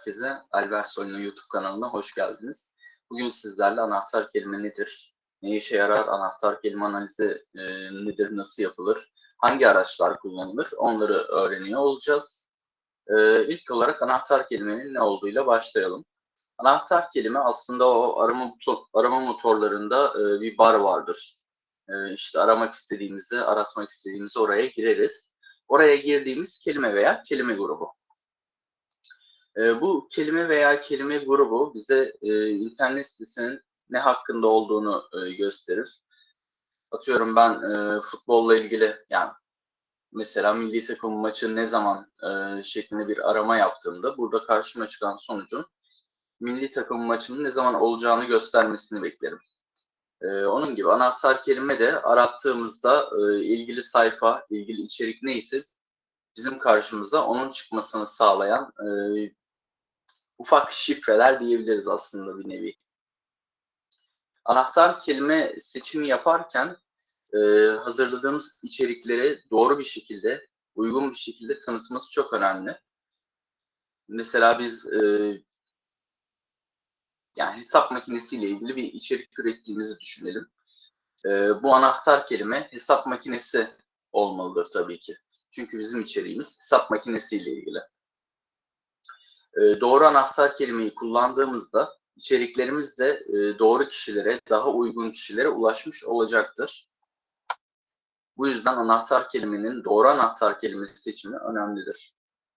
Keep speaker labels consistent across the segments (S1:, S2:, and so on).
S1: herkese. Albert Soylu YouTube kanalına hoş geldiniz. Bugün sizlerle anahtar kelime nedir, ne işe yarar, anahtar kelime analizi nedir, nasıl yapılır, hangi araçlar kullanılır onları öğreniyor olacağız. İlk olarak anahtar kelimenin ne olduğuyla başlayalım. Anahtar kelime aslında o arama motorlarında bir bar vardır. İşte aramak istediğimizi, aratmak istediğimizi oraya gireriz. Oraya girdiğimiz kelime veya kelime grubu. Bu kelime veya kelime grubu bize internet sitesinin ne hakkında olduğunu gösterir. Atıyorum ben futbolla ilgili, yani mesela milli takım maçı ne zaman şeklinde bir arama yaptığımda burada karşıma çıkan sonucun milli takım maçının ne zaman olacağını göstermesini beklerim. Onun gibi anahtar kelime de arattığımızda ilgili sayfa, ilgili içerik neyse bizim karşımıza onun çıkmasını sağlayan ufak şifreler diyebiliriz aslında bir nevi. Anahtar kelime seçimi yaparken hazırladığımız içerikleri doğru bir şekilde, uygun bir şekilde tanıtması çok önemli. Mesela biz yani hesap makinesiyle ilgili bir içerik ürettiğimizi düşünelim. Bu anahtar kelime hesap makinesi olmalıdır tabii ki. Çünkü bizim içeriğimiz hesap makinesiyle ilgili. Doğru anahtar kelimeyi kullandığımızda içeriklerimiz de doğru kişilere, daha uygun kişilere ulaşmış olacaktır. Bu yüzden anahtar kelimenin doğru anahtar kelimesi seçimi önemlidir.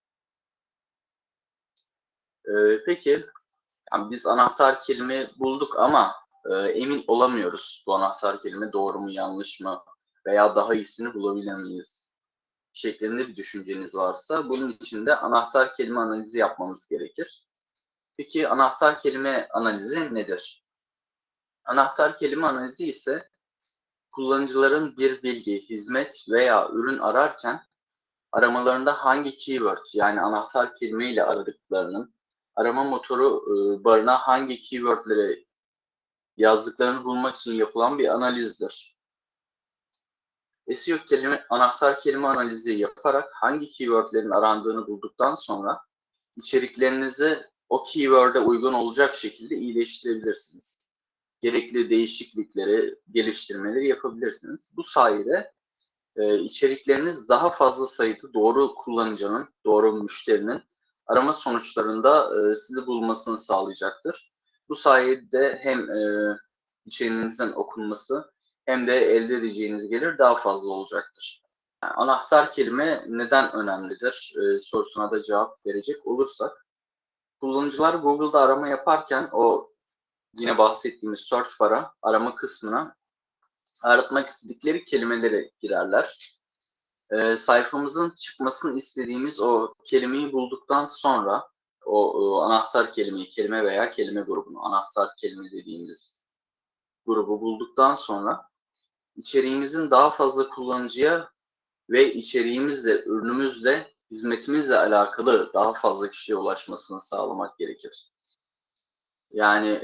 S1: Peki, yani biz anahtar kelime bulduk ama emin olamıyoruz bu anahtar kelime doğru mu yanlış mı veya daha iyisini bulabilir miyiz şeklinde bir düşünceniz varsa bunun için de anahtar kelime analizi yapmamız gerekir. Peki anahtar kelime analizi nedir? Anahtar kelime analizi ise kullanıcıların bir bilgi, hizmet veya ürün ararken aramalarında hangi keyword yani anahtar kelime ile aradıklarının arama motoru barına hangi keywordleri yazdıklarını bulmak için yapılan bir analizdir. SEO anahtar kelime analizi yaparak hangi keywordlerin arandığını bulduktan sonra içeriklerinizi o keyword'e uygun olacak şekilde iyileştirebilirsiniz. Gerekli değişiklikleri, geliştirmeleri yapabilirsiniz. Bu sayede içerikleriniz daha fazla sayıda doğru kullanıcının, doğru müşterinin arama sonuçlarında sizi bulmasını sağlayacaktır. Bu sayede hem içeriğinizin okunması hem de elde edeceğiniz gelir daha fazla olacaktır. Yani anahtar kelime neden önemlidir sorusuna da cevap verecek olursak, kullanıcılar Google'da arama yaparken o yine bahsettiğimiz search bar'a, arama kısmına aratmak istedikleri kelimeleri girerler. Sayfamızın çıkmasını istediğimiz o kelimeyi bulduktan sonra o anahtar kelimeyi, kelime veya kelime grubunu, anahtar kelime dediğimiz grubu bulduktan sonra içeriğimizin daha fazla kullanıcıya ve içeriğimizle, ürünümüzle, hizmetimizle alakalı daha fazla kişiye ulaşmasını sağlamak gerekir. Yani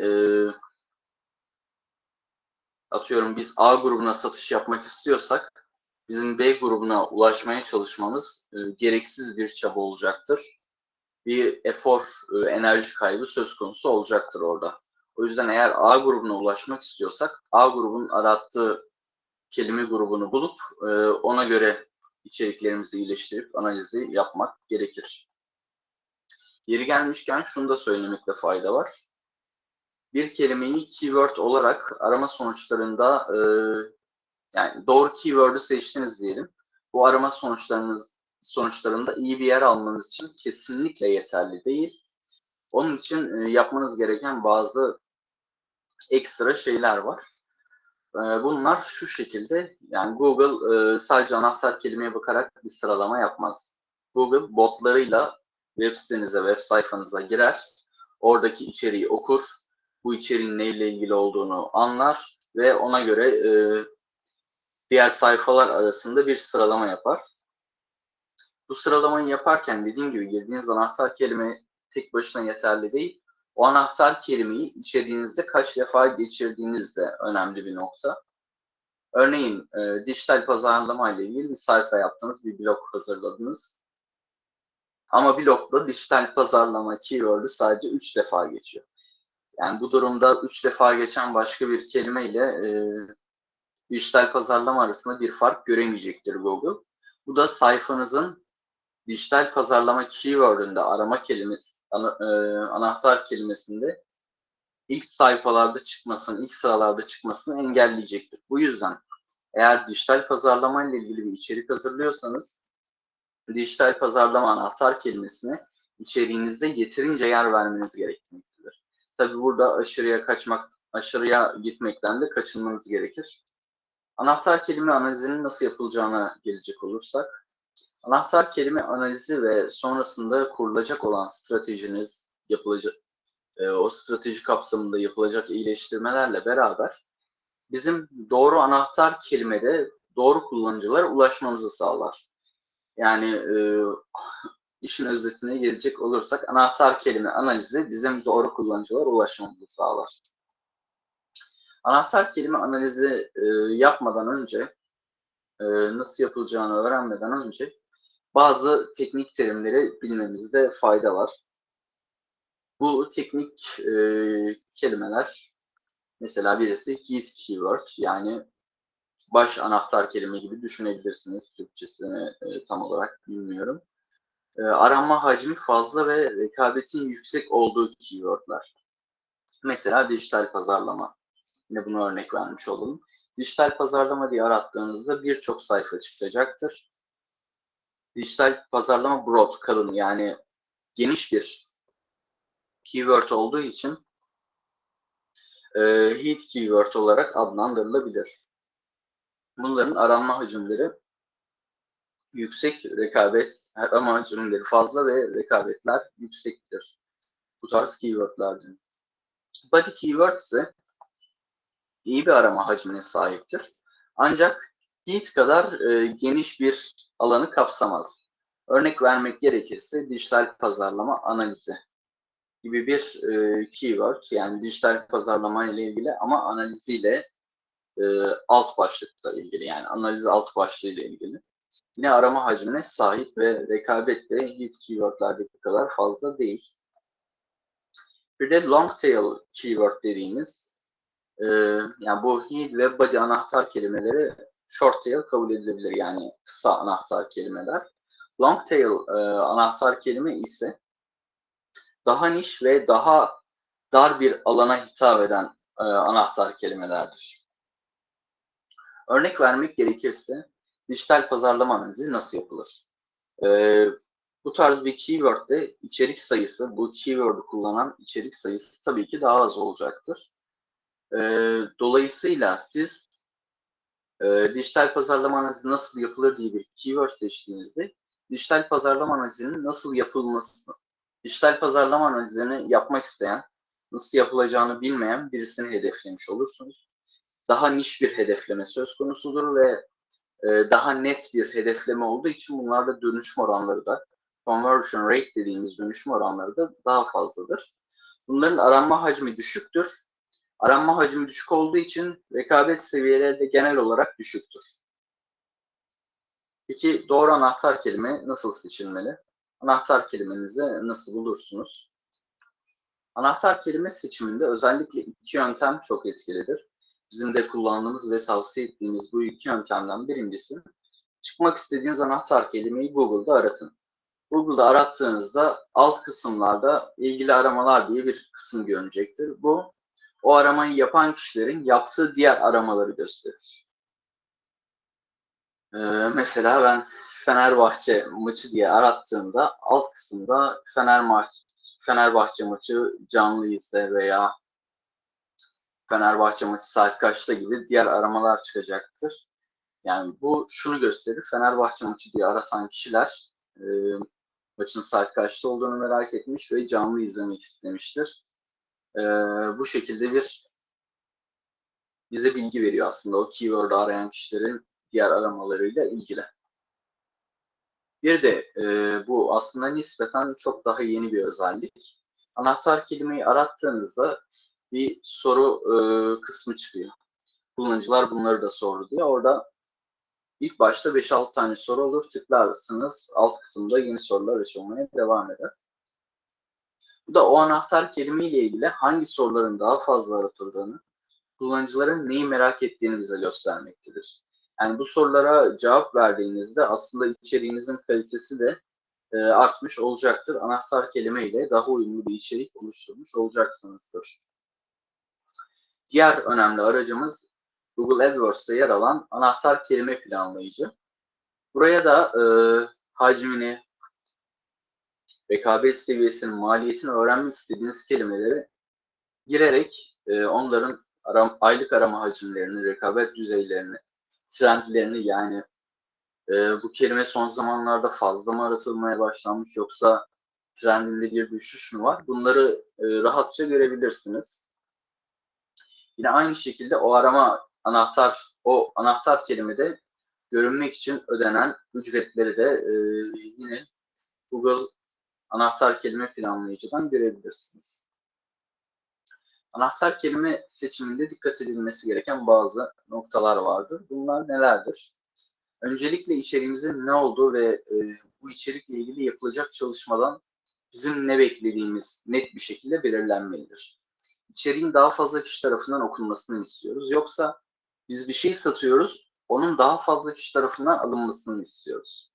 S1: atıyorum biz A grubuna satış yapmak istiyorsak bizim B grubuna ulaşmaya çalışmamız gereksiz bir çaba olacaktır. Bir efor, enerji kaybı söz konusu olacaktır orada. O yüzden eğer A grubuna ulaşmak istiyorsak A grubunun arattığı kelime grubunu bulup ona göre içeriklerimizi iyileştirip analizi yapmak gerekir. Yeri gelmişken şunu da söylemekte fayda var. Bir kelimeyi keyword olarak arama sonuçlarında yani doğru keyword'ü seçtiniz diyelim. Bu arama sonuçlarında iyi bir yer almanız için kesinlikle yeterli değil. Onun için yapmanız gereken bazı ekstra şeyler var. Bunlar şu şekilde, yani Google sadece anahtar kelimeye bakarak bir sıralama yapmaz. Google botlarıyla web sitenize, web sayfanıza girer, oradaki içeriği okur, bu içeriğin neyle ilgili olduğunu anlar ve ona göre diğer sayfalar arasında bir sıralama yapar. Bu sıralamayı yaparken dediğim gibi girdiğiniz anahtar kelime tek başına yeterli değil. O anahtar kelimeyi içeriğinizde kaç defa geçirdiğiniz de önemli bir nokta. Örneğin dijital pazarlama ile ilgili bir sayfa yaptınız, bir blog hazırladınız. Ama blokta dijital pazarlama keyword'ü sadece 3 defa geçiyor. Yani bu durumda 3 defa geçen başka bir kelimeyle dijital pazarlama arasında bir fark göremeyecektir Google. Bu da sayfanızın dijital pazarlama keyword'ünde arama kelimesi, anahtar kelimesinde ilk sayfalarda çıkmasını, ilk sıralarda çıkmasını engelleyecektir. Bu yüzden eğer dijital pazarlama ile ilgili bir içerik hazırlıyorsanız dijital pazarlama anahtar kelimesine içeriğinizde yeterince yer vermeniz gerekmektedir. Tabii burada aşırıya gitmekten de kaçınmanız gerekir. Anahtar kelime analizinin nasıl yapılacağına gelecek olursak, anahtar kelime analizi ve sonrasında kurulacak olan stratejiniz, o strateji kapsamında yapılacak iyileştirmelerle beraber bizim doğru anahtar kelimede doğru kullanıcılara ulaşmamızı sağlar. Yani işin özetine gelecek olursak anahtar kelime analizi bizim doğru kullanıcılara ulaşmamızı sağlar. Anahtar kelime analizi yapmadan önce, nasıl yapılacağını öğrenmeden önce bazı teknik terimleri bilmemizde fayda var. Bu teknik kelimeler, mesela birisi head keyword, yani baş anahtar kelime gibi düşünebilirsiniz. Türkçesini tam olarak bilmiyorum. Aranma hacmi fazla ve rekabetin yüksek olduğu keywordler. Mesela dijital pazarlama. Yine buna örnek vermiş olalım. Dijital pazarlama diye arattığınızda birçok sayfa çıkacaktır. Dijital pazarlama broad, kalın, yani geniş bir keyword olduğu için heat keyword olarak adlandırılabilir. Bunların aranma hacimleri yüksek, arama hacimleri fazla ve rekabetler yüksektir. Bu tarz keywordlerden. Body keyword ise iyi bir arama hacmine sahiptir. Ancak heat kadar geniş bir alanı kapsamaz. Örnek vermek gerekirse dijital pazarlama analizi gibi bir keyword, yani dijital pazarlama ile ilgili ama analiziyle alt başlıkla ilgili, yani analiz alt başlığı ile ilgili. Yine arama hacmine sahip ve rekabet de heat keywordlerdeki kadar fazla değil. Bir de long tail keyword dediğimiz, yani bu head ve body anahtar kelimeleri short tail kabul edilebilir, yani kısa anahtar kelimeler. Long tail anahtar kelime ise daha niş ve daha dar bir alana hitap eden anahtar kelimelerdir. Örnek vermek gerekirse dijital pazarlama analizi nasıl yapılır? Bu tarz bir keyword'de içerik sayısı, bu keyword'u kullanan içerik sayısı tabii ki daha az olacaktır. Dolayısıyla siz dijital pazarlama analizi nasıl yapılır diye bir keyword seçtiğinizde dijital pazarlama analizinin nasıl yapılmasını, dijital pazarlama analizini yapmak isteyen, nasıl yapılacağını bilmeyen birisini hedeflemiş olursunuz. Daha niş bir hedefleme söz konusudur ve daha net bir hedefleme olduğu için bunlarda dönüşüm oranları da, conversion rate dediğimiz dönüşüm oranları da daha fazladır. Bunların aranma hacmi düşüktür. Aranma hacmi düşük olduğu için rekabet seviyeleri de genel olarak düşüktür. Peki doğru anahtar kelime nasıl seçilmeli? Anahtar kelimenizi nasıl bulursunuz? Anahtar kelime seçiminde özellikle iki yöntem çok etkilidir. Bizim de kullandığımız ve tavsiye ettiğimiz bu iki yöntemden birincisi, çıkmak istediğiniz anahtar kelimeyi Google'da aratın. Google'da arattığınızda alt kısımlarda ilgili aramalar diye bir kısım görünecektir. Bu, o aramayı yapan kişilerin yaptığı diğer aramaları gösterir. Mesela ben Fenerbahçe maçı diye arattığımda alt kısımda Fenerbahçe maçı canlı izle veya Fenerbahçe maçı saat kaçta gibi diğer aramalar çıkacaktır. Yani bu şunu gösterir: Fenerbahçe maçı diye aratan kişiler maçın saat kaçta olduğunu merak etmiş ve canlı izlemek istemiştir. Bu şekilde bize bilgi veriyor aslında o keyword'u arayan kişilerin diğer aramalarıyla ilgili. Bir de bu aslında nispeten çok daha yeni bir özellik. Anahtar kelimeyi arattığınızda bir soru kısmı çıkıyor. Kullanıcılar bunları da sordu diye. Orada İlk başta 5-6 tane soru olur. Tıklarsınız. Alt kısımda yeni sorular açılmaya devam eder. Bu da o anahtar kelime ile ilgili hangi soruların daha fazla aratıldığını, kullanıcıların neyi merak ettiğini bize göstermektedir. Yani bu sorulara cevap verdiğinizde aslında içeriğinizin kalitesi de artmış olacaktır. Anahtar kelime ile daha uyumlu bir içerik oluşturmuş olacaksınızdır. Diğer önemli aracımız Google AdWords'ta yer alan anahtar kelime planlayıcı. Buraya da hacmini, rekabet seviyesinin, maliyetini öğrenmek istediğiniz kelimeleri girerek onların aylık arama hacimlerini, rekabet düzeylerini, trendlerini, yani bu kelime son zamanlarda fazla mı aratılmaya başlanmış yoksa trendinde bir düşüş mü var? Bunları rahatça görebilirsiniz. Yine aynı şekilde o anahtar kelimede görünmek için ödenen ücretleri de yine Google anahtar kelime planlayıcıdan görebilirsiniz. Anahtar kelime seçiminde dikkat edilmesi gereken bazı noktalar vardır. Bunlar nelerdir? Öncelikle içeriğimizin ne olduğu ve bu içerikle ilgili yapılacak çalışmadan bizim ne beklediğimiz net bir şekilde belirlenmelidir. İçeriğin daha fazla kişi tarafından okunmasını istiyoruz. Yoksa biz bir şey satıyoruz, onun daha fazla kişi tarafından alınmasını istiyoruz.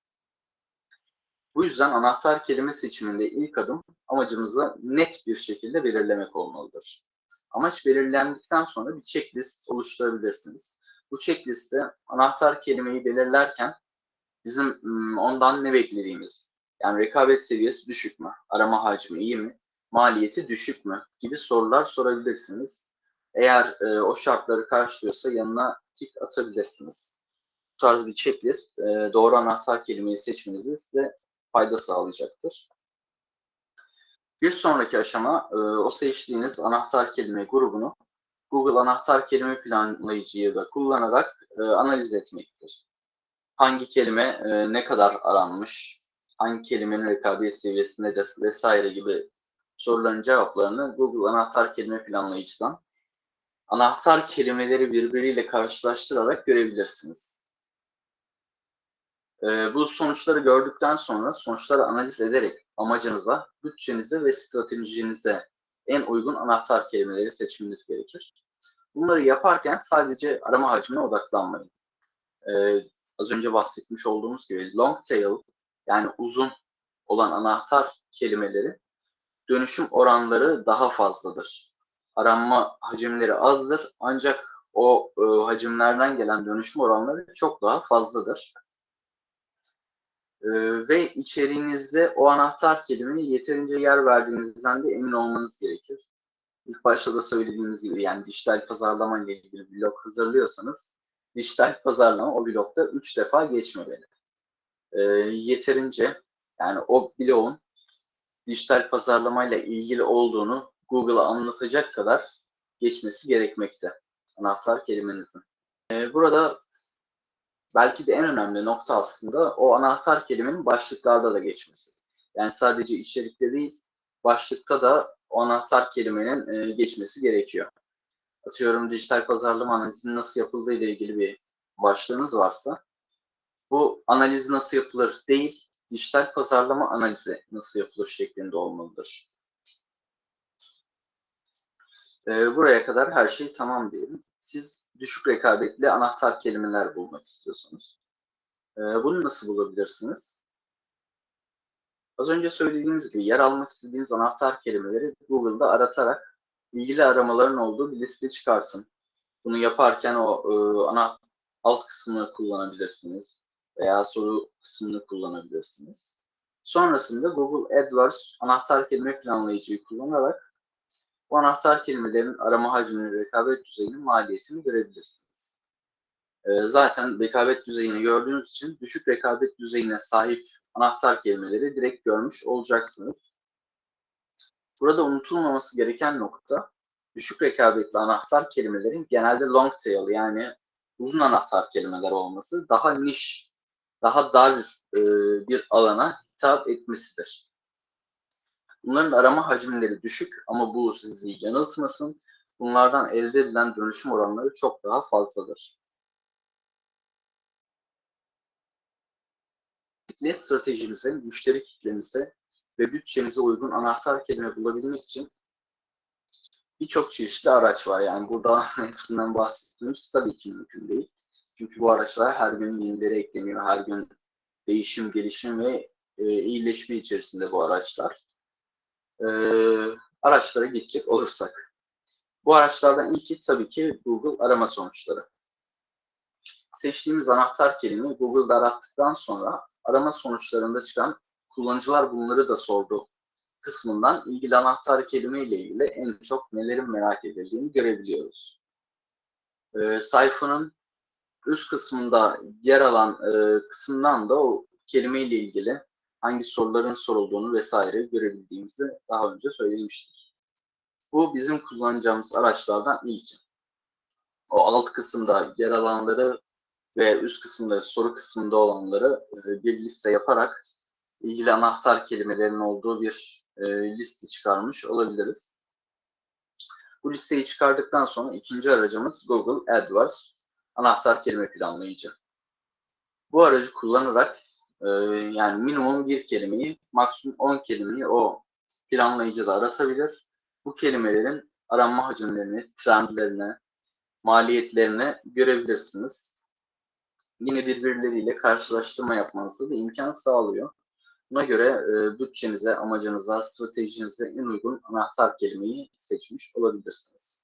S1: Bu yüzden anahtar kelime seçiminde ilk adım amacımızı net bir şekilde belirlemek olmalıdır. Amaç belirlendikten sonra bir checklist oluşturabilirsiniz. Bu checkliste anahtar kelimeyi belirlerken bizim ondan ne beklediğimiz, yani rekabet seviyesi düşük mü, arama hacmi iyi mi, maliyeti düşük mü gibi sorular sorabilirsiniz. Eğer o şartları karşılıyorsa yanına tik atabilirsiniz. Bu tarz bir checklist doğru anahtar kelimeyi seçmenizi size fayda sağlayacaktır. Bir sonraki aşama o seçtiğiniz anahtar kelime grubunu Google anahtar kelime planlayıcıyı da kullanarak analiz etmektir. Hangi kelime ne kadar aranmış, hangi kelimenin rekabet seviyesi nedir vesaire gibi soruların cevaplarını Google anahtar kelime planlayıcıdan anahtar kelimeleri birbiriyle karşılaştırarak görebilirsiniz. Bu sonuçları gördükten sonra sonuçları analiz ederek amacınıza, bütçenize ve stratejinize en uygun anahtar kelimeleri seçmeniz gerekir. Bunları yaparken sadece arama hacmine odaklanmayın. Az önce bahsetmiş olduğumuz gibi long tail, yani uzun olan anahtar kelimeleri dönüşüm oranları daha fazladır. Aranma hacimleri azdır ancak o hacimlerden gelen dönüşüm oranları çok daha fazladır. Ve içeriğinizde o anahtar kelimeye yeterince yer verdiğinizden de emin olmanız gerekir. İlk başta da söylediğimiz gibi, yani dijital pazarlama ile ilgili bir blog hazırlıyorsanız dijital pazarlama o blogda 3 defa geçmemeli. Yeterince, yani o blogun dijital pazarlamayla ilgili olduğunu Google'a anlatacak kadar geçmesi gerekmekte anahtar kelimenizin. Burada belki de en önemli nokta aslında o anahtar kelimenin başlıklarda da geçmesi. Yani sadece içerikte değil, başlıkta da o anahtar kelimenin geçmesi gerekiyor. Atıyorum, dijital pazarlama analizinin nasıl yapıldığı ile ilgili bir başlığınız varsa, bu analiz nasıl yapılır değil, dijital pazarlama analizi nasıl yapılır şeklinde olmalıdır. Buraya kadar her şey tamam diyelim. Siz düşük rekabetli anahtar kelimeler bulmak istiyorsunuz. Bunu nasıl bulabilirsiniz? Az önce söylediğimiz gibi yer almak istediğiniz anahtar kelimeleri Google'da aratarak ilgili aramaların olduğu bir liste çıkarsın. Bunu yaparken o alt kısmını kullanabilirsiniz veya soru kısmını kullanabilirsiniz. Sonrasında Google AdWords anahtar kelime planlayıcıyı kullanarak bu anahtar kelimelerin arama hacmini, rekabet düzeyinin maliyetini görebilirsiniz. Zaten rekabet düzeyini gördüğünüz için düşük rekabet düzeyine sahip anahtar kelimeleri direkt görmüş olacaksınız. Burada unutulmaması gereken nokta, düşük rekabetli anahtar kelimelerin genelde long tail, yani uzun anahtar kelimeler olması, daha niş, daha dar bir alana hitap etmesidir. Bunların arama hacimleri düşük ama bu sizi yanıltmasın. Bunlardan elde edilen dönüşüm oranları çok daha fazladır. Öncelikle stratejimize, müşteri kitlemize ve bütçemize uygun anahtar kelime bulabilmek için birçok çeşitli araç var. Yani burada hepsinden bahsettiğimiz tabii ki mümkün değil. Çünkü bu araçlar her gün yenileri ekleniyor. Her gün değişim, gelişim ve iyileşme içerisinde bu araçlar. Araçlara geçecek olursak. Bu araçlardan ilki tabii ki Google arama sonuçları. Seçtiğimiz anahtar kelimeyi Google'da arattıktan sonra arama sonuçlarında çıkan kullanıcılar bunları da sordu kısmından ilgili anahtar kelime ile ilgili en çok nelerin merak edildiğini görebiliyoruz. Sayfanın üst kısmında yer alan kısımdan da o kelime ile ilgili hangi soruların sorulduğunu vesaire görebildiğimizi daha önce söylemiştik. Bu bizim kullanacağımız araçlardan ilki. O alt kısımda yer alanları ve üst kısımda soru kısmında olanları bir liste yaparak ilgili anahtar kelimelerin olduğu bir liste çıkarmış olabiliriz. Bu listeyi çıkardıktan sonra ikinci aracımız Google AdWords anahtar kelime planlayıcı. Bu aracı kullanarak yani minimum bir kelimeyi, maksimum 10 kelimeyi o planlayıcıda aratabilir. Bu kelimelerin aranma hacimlerini, trendlerini, maliyetlerini görebilirsiniz. Yine birbirleriyle karşılaştırma yapmanızı da imkan sağlıyor. Buna göre bütçenize, amacınıza, stratejinize en uygun anahtar kelimeyi seçmiş olabilirsiniz.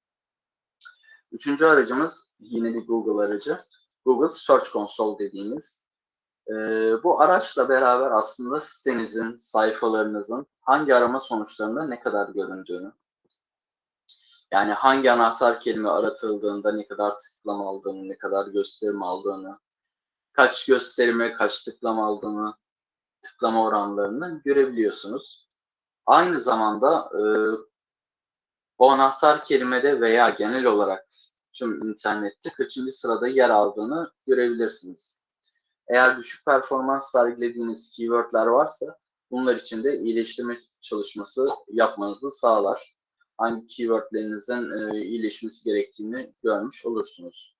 S1: Üçüncü aracımız yine bir Google aracı. Google Search Console dediğimiz. Bu araçla beraber aslında sitenizin, sayfalarınızın hangi arama sonuçlarında ne kadar göründüğünü, yani hangi anahtar kelime aratıldığında ne kadar tıklama aldığını, ne kadar gösterim aldığını, kaç gösterime, kaç tıklama aldığını, tıklama oranlarını görebiliyorsunuz. Aynı zamanda o anahtar kelimede veya genel olarak tüm internette kaçıncı sırada yer aldığını görebilirsiniz. Eğer düşük performans sergilediğiniz keywordler varsa bunlar için de iyileştirme çalışması yapmanızı sağlar. Hangi keywordlerinizin iyileşmesi gerektiğini görmüş olursunuz.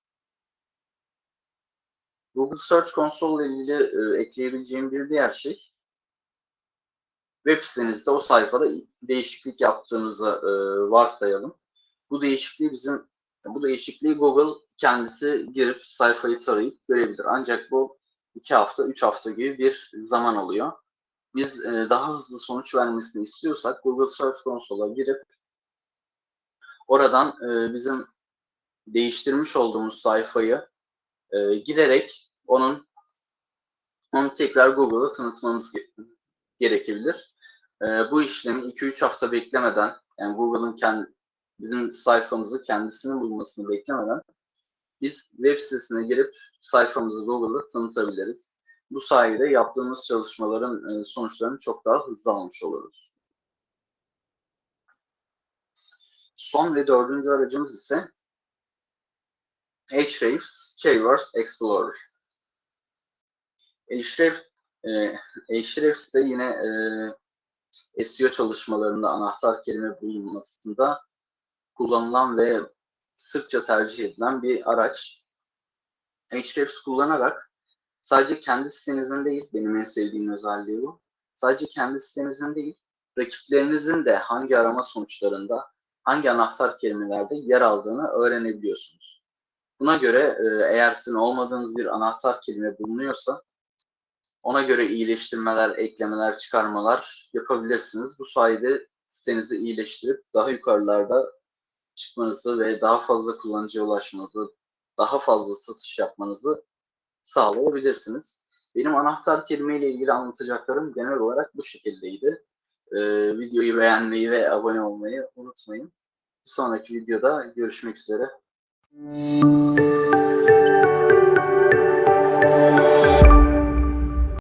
S1: Google Search Console ile ilgili ekleyebileceğim bir diğer şey, web sitenizde o sayfada değişiklik yaptığınızı varsayalım. Bu değişikliği Google kendisi girip sayfayı tarayıp görebilir. Ancak bu 2 hafta, 3 hafta gibi bir zaman alıyor. Biz daha hızlı sonuç vermesini istiyorsak Google Search Console'a girip oradan bizim değiştirmiş olduğumuz sayfayı giderek onu tekrar Google'a tanıtmamız gerekebilir. Bu işlemi 2-3 hafta beklemeden, yani Google'ın bizim sayfamızı kendisinin bulmasını beklemeden biz web sitesine girip sayfamızı Google'da tanıtabiliriz. Bu sayede yaptığımız çalışmaların sonuçlarını çok daha hızlı almış oluruz. Son ve dördüncü aracımız ise Ahrefs Keywords Explorer. Ahrefs de yine SEO çalışmalarında anahtar kelime bulunmasında kullanılan ve sıkça tercih edilen bir araç. Ahrefs kullanarak sadece kendi sitenizin değil, benim en sevdiğim özelliği bu. Sadece kendi sitenizin değil, rakiplerinizin de hangi arama sonuçlarında, hangi anahtar kelimelerde yer aldığını öğrenebiliyorsunuz. Buna göre eğer sizin olmadığınız bir anahtar kelime bulunuyorsa ona göre iyileştirmeler, eklemeler, çıkarmalar yapabilirsiniz. Bu sayede sitenizi iyileştirip daha yukarılarda çıkmanızı ve daha fazla kullanıcıya ulaşmanızı, daha fazla satış yapmanızı sağlayabilirsiniz. Benim anahtar kelime ile ilgili anlatacaklarım genel olarak bu şekildeydi. Videoyu beğenmeyi ve abone olmayı unutmayın. Bir sonraki videoda görüşmek üzere.